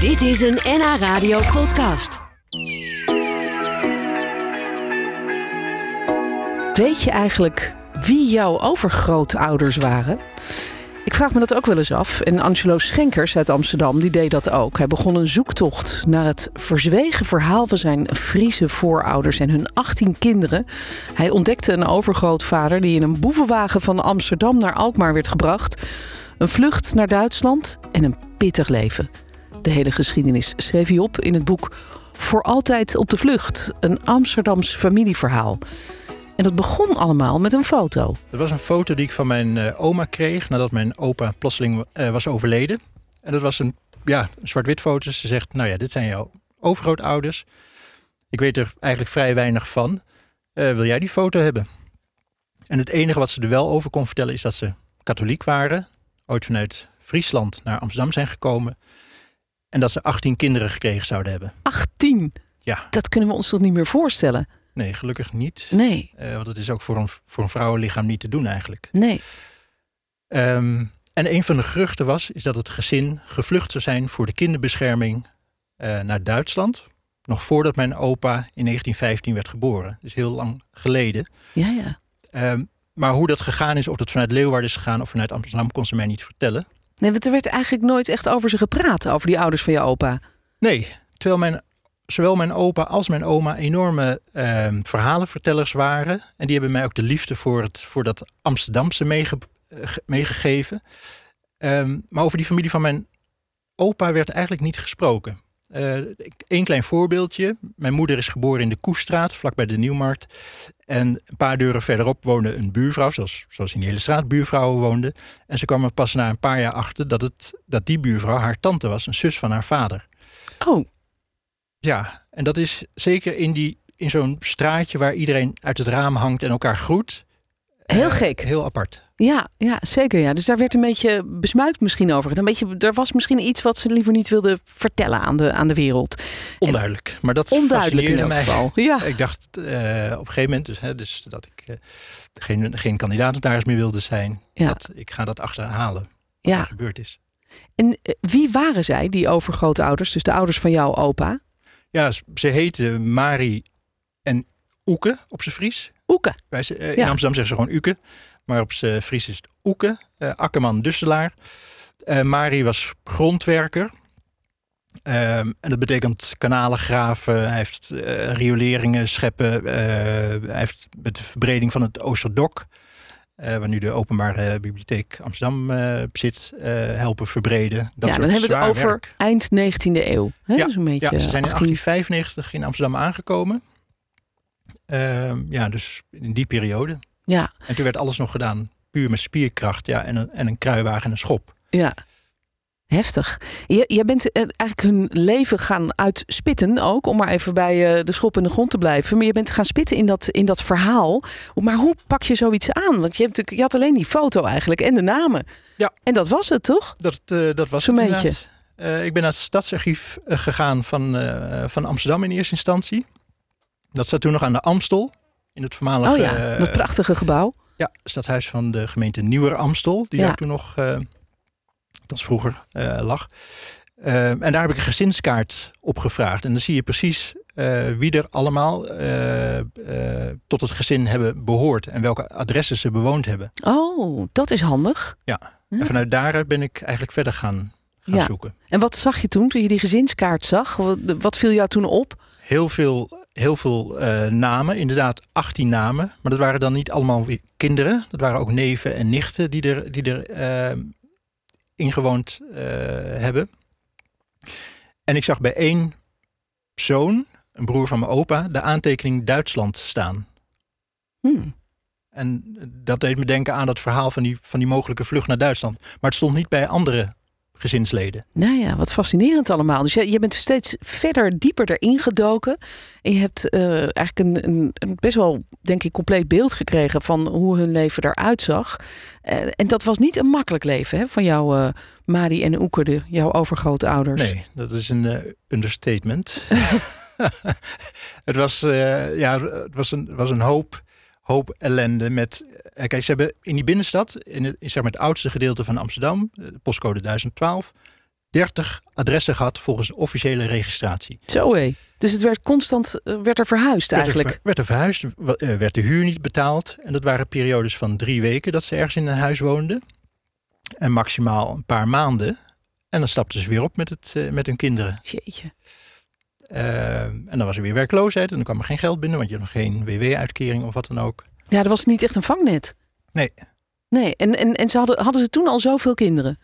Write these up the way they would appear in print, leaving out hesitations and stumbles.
Dit is een NH Radio podcast. Weet je eigenlijk wie jouw overgrootouders waren? Ik vraag me dat ook wel eens af. En Angelo Schenkers uit Amsterdam, die deed dat ook. Hij begon een zoektocht naar het verzwegen verhaal van zijn Friese voorouders en hun 18 kinderen. Hij ontdekte een overgrootvader die in een boevenwagen van Amsterdam naar Alkmaar werd gebracht. Een vlucht naar Duitsland en een pittig leven. De hele geschiedenis schreef hij op in het boek Voor altijd op de vlucht. Een Amsterdams familieverhaal. En dat begon allemaal met een foto. Dat was een foto die ik van mijn oma kreeg nadat mijn opa plotseling was overleden. En dat was een zwart-wit foto. Ze zegt, nou ja, dit zijn jouw overgrootouders. Ik weet er eigenlijk vrij weinig van. Wil jij die foto hebben? En het enige wat ze er wel over kon vertellen is dat ze katholiek waren. Ooit vanuit Friesland naar Amsterdam zijn gekomen. En dat ze 18 kinderen gekregen zouden hebben. 18? Ja. Dat kunnen we ons toch niet meer voorstellen? Nee, gelukkig niet. Nee. Want het is ook voor een vrouwenlichaam niet te doen eigenlijk. Nee. En een van de geruchten is dat het gezin gevlucht zou zijn voor de kinderbescherming naar Duitsland. Nog voordat mijn opa in 1915 werd geboren. Dus heel lang geleden. Ja. Maar hoe dat gegaan is, of dat vanuit Leeuwarden is gegaan of vanuit Amsterdam, kon ze mij niet vertellen. Nee, want er werd eigenlijk nooit echt over ze gepraat, over die ouders van je opa. Nee, terwijl zowel mijn opa als mijn oma enorme verhalenvertellers waren. En die hebben mij ook de liefde voor dat Amsterdamse meegegeven. Maar over die familie van mijn opa werd eigenlijk niet gesproken. Eén klein voorbeeldje. Mijn moeder is geboren in de Koestraat, vlakbij de Nieuwmarkt. En een paar deuren verderop woonde een buurvrouw, zoals in de hele straat buurvrouwen woonden. En ze kwam er pas na een paar jaar achter dat die buurvrouw haar tante was, een zus van haar vader. Oh. Ja, en dat is zeker in zo'n straatje waar iedereen uit het raam hangt en elkaar groet. Heel gek. Heel apart. Ja, zeker. Ja. Dus daar werd een beetje besmuikt misschien over. Er was misschien iets wat ze liever niet wilden vertellen aan de wereld. Onduidelijk. Maar dat onduidelijk in fascineerde elk geval. mij. Ja. Ik dacht op een gegeven moment dus dat ik geen kandidaat-notaris meer wilde zijn. Ja. Dat ik ga dat achterhalen wat er gebeurd is. En wie waren zij, die overgrootouders? Dus de ouders van jouw opa? Ja, ze heten Marie en Oeke op z'n Fries. Oeke. In Amsterdam zeggen ze gewoon Uke. Maar op z'n Fries is het Oeke. Akkerman Dusselaar. Marie was grondwerker. En dat betekent kanalen graven. Hij heeft rioleringen scheppen. Hij heeft met de verbreding van het Oosterdok, waar nu de Openbare Bibliotheek Amsterdam zit, helpen verbreden. Dan hebben we het over eind 19e eeuw. Hè? Ja, dus een beetje ze zijn in 1895 in Amsterdam aangekomen. Dus in die periode. Ja. En toen werd alles nog gedaan puur met spierkracht. Ja, en een kruiwagen en een schop. Ja. Heftig. Je bent eigenlijk hun leven gaan uitspitten ook, om maar even bij de schop in de grond te blijven. Maar je bent gaan spitten in dat verhaal. Maar hoe pak je zoiets aan? Want je had alleen die foto eigenlijk en de namen. Ja. En dat was het, toch? Dat was zo'n het beetje. Ik ben naar het stadsarchief gegaan van Amsterdam in eerste instantie. Dat zat toen nog aan de Amstel. In het voormalige... dat prachtige gebouw. Ja, stadhuis van de gemeente Nieuwer Amstel. Die daar toen nog... dat vroeger lag. En daar heb ik een gezinskaart opgevraagd. En dan zie je precies wie er allemaal tot het gezin hebben behoord. En welke adressen ze bewoond hebben. Oh, dat is handig. Ja, en vanuit daaruit ben ik eigenlijk verder gaan zoeken. En wat zag je toen je die gezinskaart zag? Wat viel jou toen op? Heel veel namen, inderdaad 18 namen. Maar dat waren dan niet allemaal weer kinderen. Dat waren ook neven en nichten die er ingewoond hebben. En ik zag bij één zoon, een broer van mijn opa, de aantekening Duitsland staan. En dat deed me denken aan dat verhaal van die mogelijke vlucht naar Duitsland. Maar het stond niet bij andere gezinsleden. Nou ja, wat fascinerend allemaal. Dus je bent steeds dieper erin gedoken. En je hebt eigenlijk een best wel, denk ik, compleet beeld gekregen van hoe hun leven eruit zag. En dat was niet een makkelijk leven, hè, van jouw Marie en Oeke, jouw overgrootouders. Nee, dat is een understatement. Het was een hoop ellende met... Kijk, ze hebben in die binnenstad, in het oudste gedeelte van Amsterdam, postcode 1012... 30 adressen gehad volgens officiële registratie. Zo hé. Dus het werd constant werd er verhuisd eigenlijk. Werd er verhuisd, werd de huur niet betaald. En dat waren periodes van 3 weken dat ze ergens in een huis woonden. En maximaal een paar maanden. En dan stapten ze weer op met hun kinderen. Jeetje. En dan was er weer werkloosheid en dan kwam er geen geld binnen, want je had nog geen WW-uitkering of wat dan ook. Ja, dat was niet echt een vangnet. Nee. Nee, en ze hadden ze toen al zoveel kinderen?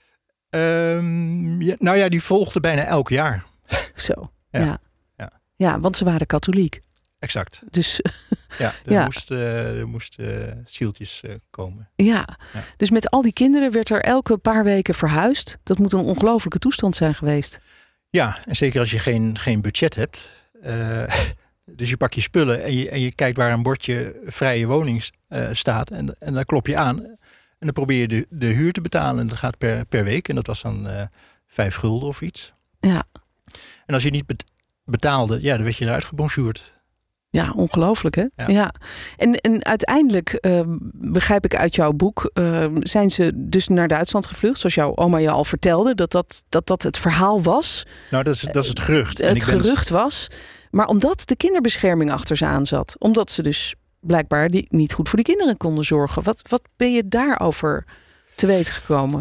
Die volgden bijna elk jaar. Zo, ja. Ja. Ja. Ja, want ze waren katholiek. Exact. Dus ja, er moesten zieltjes komen. Ja, dus met al die kinderen werd er elke paar weken verhuisd. Dat moet een ongelofelijke toestand zijn geweest. Ja, en zeker als je geen budget hebt. Dus je pakt je spullen en je kijkt waar een bordje vrije woning staat. En dan klop je aan. En dan probeer je de huur te betalen. En dat gaat per week. En dat was dan 5 gulden of iets. Ja. En als je niet betaalde, dan werd je eruit gebonjourd. Ja, ongelooflijk hè? Ja. En uiteindelijk, begrijp ik uit jouw boek, zijn ze dus naar Duitsland gevlucht. Zoals jouw oma je al vertelde, dat het verhaal was. Nou, dat is het gerucht. Het gerucht was. Maar omdat de kinderbescherming achter ze aan zat. Omdat ze dus blijkbaar niet goed voor die kinderen konden zorgen. Wat ben je daarover te weten gekomen?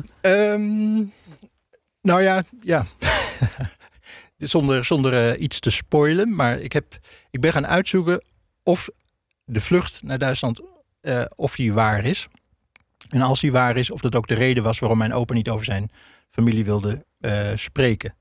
Ja. Zonder iets te spoilen. Maar ik ben gaan uitzoeken of de vlucht naar Duitsland of die waar is. En als die waar is, of dat ook de reden was waarom mijn opa niet over zijn familie wilde spreken.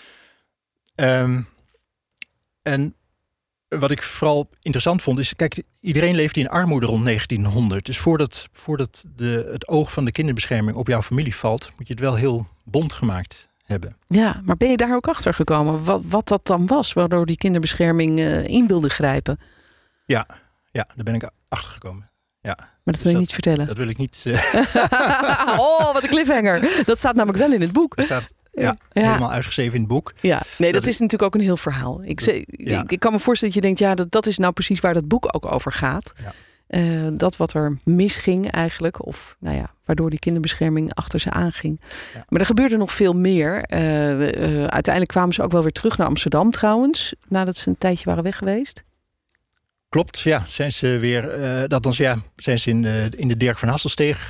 En wat ik vooral interessant vond is, kijk, iedereen leefde in armoede rond 1900. Dus voordat het oog van de kinderbescherming op jouw familie valt, moet je het wel heel bond gemaakt hebben. Ja, maar ben je daar ook achter gekomen? Wat dat dan was, waardoor die kinderbescherming in wilde grijpen? Ja, daar ben ik achter gekomen. Ja. Maar dat wil je niet vertellen? Dat wil ik niet. Oh, wat een cliffhanger. Dat staat namelijk wel in het boek. Dat staat helemaal uitgeschreven in het boek. Ja, nee, dat is natuurlijk ook een heel verhaal. Ik kan me voorstellen dat je denkt, dat is nou precies waar dat boek ook over gaat. Ja. Dat wat er misging eigenlijk. Of waardoor die kinderbescherming achter ze aanging. Ja. Maar er gebeurde nog veel meer. Uiteindelijk kwamen ze ook wel weer terug naar Amsterdam trouwens. Nadat ze een tijdje waren weg geweest. Klopt, ja. Zijn ze weer... zijn ze in de Dirk van Hasselsteeg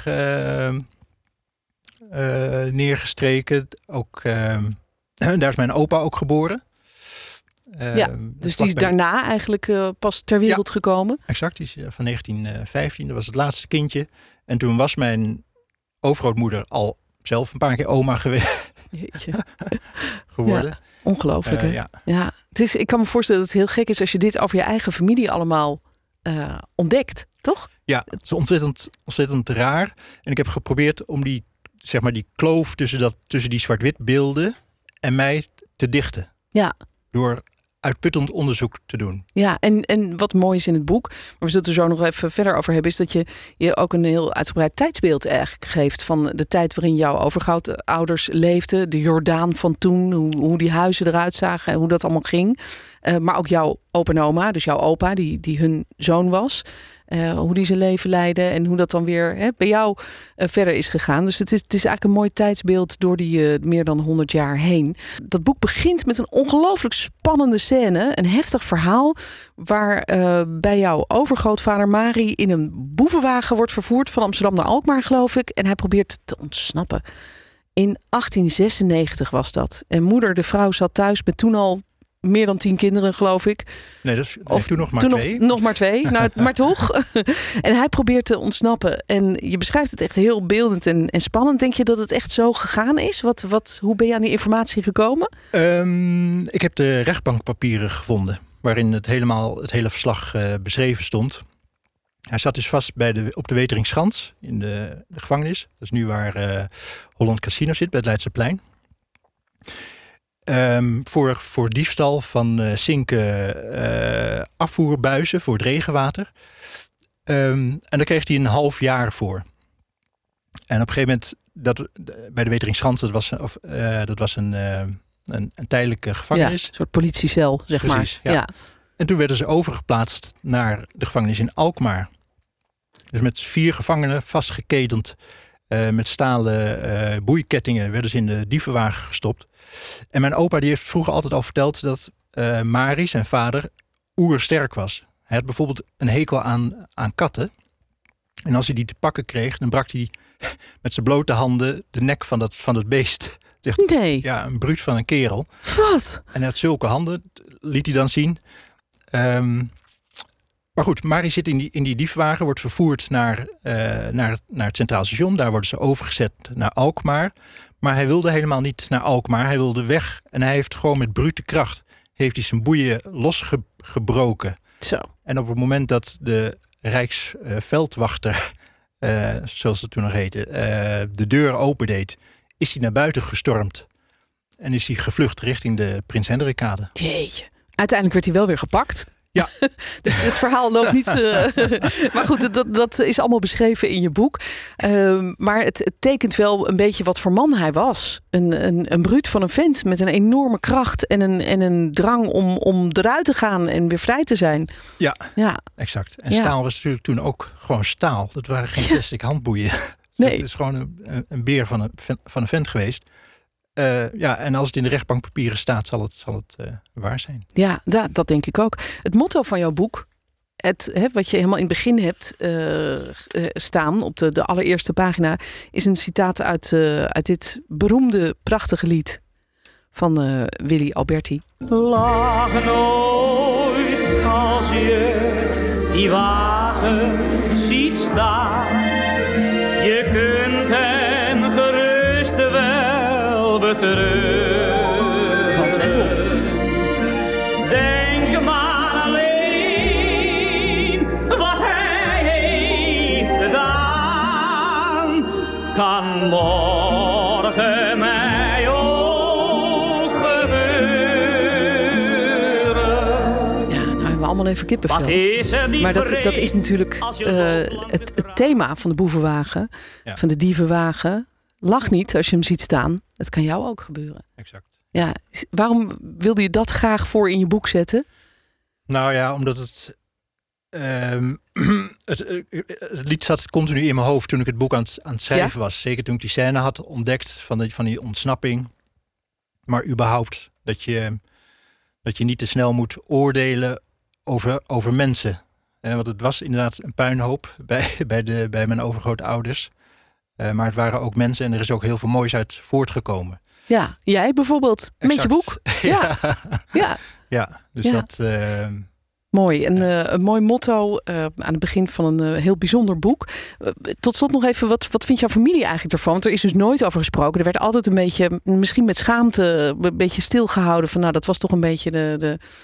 neergestreken. Ook, daar is mijn opa ook geboren. Dus die is daarna eigenlijk pas ter wereld gekomen? Exact, die is van 1915. Dat was het laatste kindje. En toen was mijn overgrootmoeder al zelf een paar keer oma geworden. Ja, ongelooflijk hè? Ja. Ik kan me voorstellen dat het heel gek is als je dit over je eigen familie allemaal ontdekt, toch? Ja, het is ontzettend raar. En ik heb geprobeerd om die kloof tussen die zwart-wit beelden en mij te dichten. Ja. Door uitputtend onderzoek te doen. Ja, en wat mooi is in het boek, maar we zullen het er zo nog even verder over hebben, is dat je ook een heel uitgebreid tijdsbeeld eigenlijk geeft van de tijd waarin jouw overgrootouders leefden, de Jordaan van toen, hoe die huizen eruit zagen en hoe dat allemaal ging. Maar ook jouw opa en oma, dus jouw opa, die hun zoon was. Hoe die zijn leven leidde en hoe dat dan weer bij jou verder is gegaan. Dus het is eigenlijk een mooi tijdsbeeld door die meer dan 100 jaar heen. Dat boek begint met een ongelooflijk spannende scène. Een heftig verhaal waar bij jouw overgrootvader Mari in een boevenwagen wordt vervoerd van Amsterdam naar Alkmaar, geloof ik. En hij probeert te ontsnappen. In 1896 was dat. En moeder, de vrouw, zat thuis met toen al meer dan 10 kinderen, geloof ik. Nee, toen nog maar 2. Nog maar 2, maar toch. En hij probeert te ontsnappen. En je beschrijft het echt heel beeldend en spannend. Denk je dat het echt zo gegaan is? Hoe ben je aan die informatie gekomen? Ik heb de rechtbankpapieren gevonden, waarin het hele verslag beschreven stond. Hij zat dus vast op de Weteringschans in de gevangenis. Dat is nu waar Holland Casino zit, bij het Leidseplein. Voor diefstal van zinken afvoerbuizen voor het regenwater. En daar kreeg hij een half jaar voor. En op een gegeven moment, bij de Weteringschans, dat was een tijdelijke gevangenis. Ja, een soort politiecel, zeg Precies, maar. Ja. En toen werden ze overgeplaatst naar de gevangenis in Alkmaar. Dus met 4 gevangenen vastgeketend Met stalen boeikettingen werden ze in de dievenwagen gestopt. En mijn opa die heeft vroeger altijd al verteld dat Mari, zijn vader, oersterk was. Hij had bijvoorbeeld een hekel aan katten. En als hij die te pakken kreeg, dan brak hij met zijn blote handen de nek van dat beest. Nee. Ja, een bruut van een kerel. Wat? En hij had zulke handen, liet hij dan zien. Maar goed, Mari zit in die diefwagen, wordt vervoerd naar het Centraal Station. Daar worden ze overgezet naar Alkmaar. Maar hij wilde helemaal niet naar Alkmaar. Hij wilde weg. En hij heeft gewoon met brute kracht heeft hij zijn boeien losgebroken. Zo. En op het moment dat de Rijksveldwachter, zoals het toen nog heette, de deur opendeed, is hij naar buiten gestormd. En is hij gevlucht richting de Prins Hendrikkade. Jeetje. Uiteindelijk werd hij wel weer gepakt. Ja. Dus het verhaal loopt niet... Maar goed, dat is allemaal beschreven in je boek. Maar het tekent wel een beetje wat voor man hij was. Een bruut van een vent met een enorme kracht en een drang om eruit te gaan en weer vrij te zijn. Ja. Exact. En staal was natuurlijk toen ook gewoon staal. Dat waren geen plastic handboeien. Nee. Het is gewoon een beer van een vent geweest. En als het in de rechtbankpapieren staat, zal het waar zijn. Ja, dat denk ik ook. Het motto van jouw boek, wat je helemaal in het begin hebt staan op de allereerste pagina, is een citaat uit dit beroemde, prachtige lied van Willy Alberti. Lach nooit als je die wagen ziet staan. Je kunt hem gerust wel betreuren. Want let op. Denk maar alleen wat hij heeft gedaan. Kan morgen mij ook gebeuren. Ja, nou hebben we allemaal even kippenvel. Wat is er niet maar dat is natuurlijk het thema van de boevenwagen, van de dievenwagen. Lach niet als je hem ziet staan. Dat kan jou ook gebeuren. Exact. Ja, waarom wilde je dat graag voor in je boek zetten? Nou ja, omdat het lied zat continu in mijn hoofd toen ik het boek aan het schrijven was. Zeker toen ik die scène had ontdekt van die ontsnapping. Maar überhaupt dat je niet te snel moet oordelen over mensen. Want het was inderdaad een puinhoop bij mijn overgrootouders. Maar het waren ook mensen en er is ook heel veel moois uit voortgekomen. Ja, jij bijvoorbeeld met je boek. Ja, dus dat... Mooi. En een mooi motto aan het begin van een heel bijzonder boek. Tot slot nog even, wat vindt jouw familie eigenlijk ervan? Want er is dus nooit over gesproken. Er werd altijd een beetje, misschien met schaamte, een beetje stilgehouden van, nou, dat was toch een beetje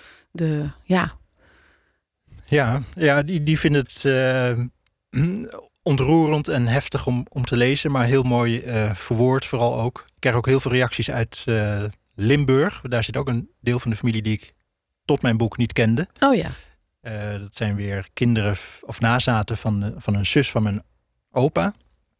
Ja, die vinden het ontroerend en heftig om te lezen, maar heel mooi verwoord vooral ook. Ik krijg ook heel veel reacties uit Limburg. Daar zit ook een deel van de familie die ik tot mijn boek niet kende. Oh ja. Dat zijn weer kinderen of nazaten van een zus van mijn opa.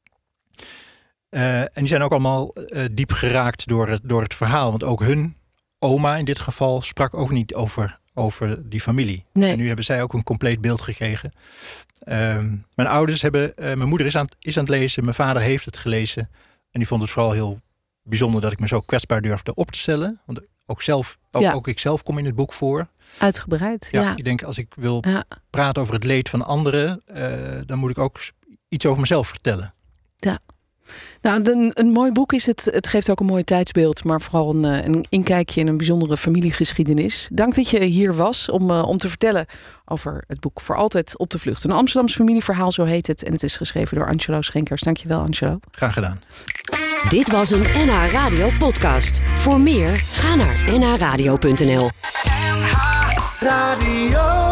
En die zijn ook allemaal diep geraakt door het verhaal. Want ook hun oma in dit geval sprak ook niet over die familie. Nee. En nu hebben zij ook een compleet beeld gekregen. Mijn ouders mijn moeder is aan het lezen. Mijn vader heeft het gelezen. En die vond het vooral heel bijzonder dat ik me zo kwetsbaar durfde op te stellen. Want ook ik zelf kom in het boek voor. Uitgebreid, ja. Ik denk als ik wil praten over het leed van anderen, dan moet ik ook iets over mezelf vertellen. Ja. Nou, een mooi boek is het. Het geeft ook een mooi tijdsbeeld, maar vooral een inkijkje in een bijzondere familiegeschiedenis. Dank dat je hier was om te vertellen over het boek Voor Altijd op de Vlucht. Een Amsterdams familieverhaal, zo heet het. En het is geschreven door Angelo Schenkers. Dankjewel, Angelo. Graag gedaan. Dit was een NH Radio podcast. Voor meer, ga naar nhradio.nl. NH Radio.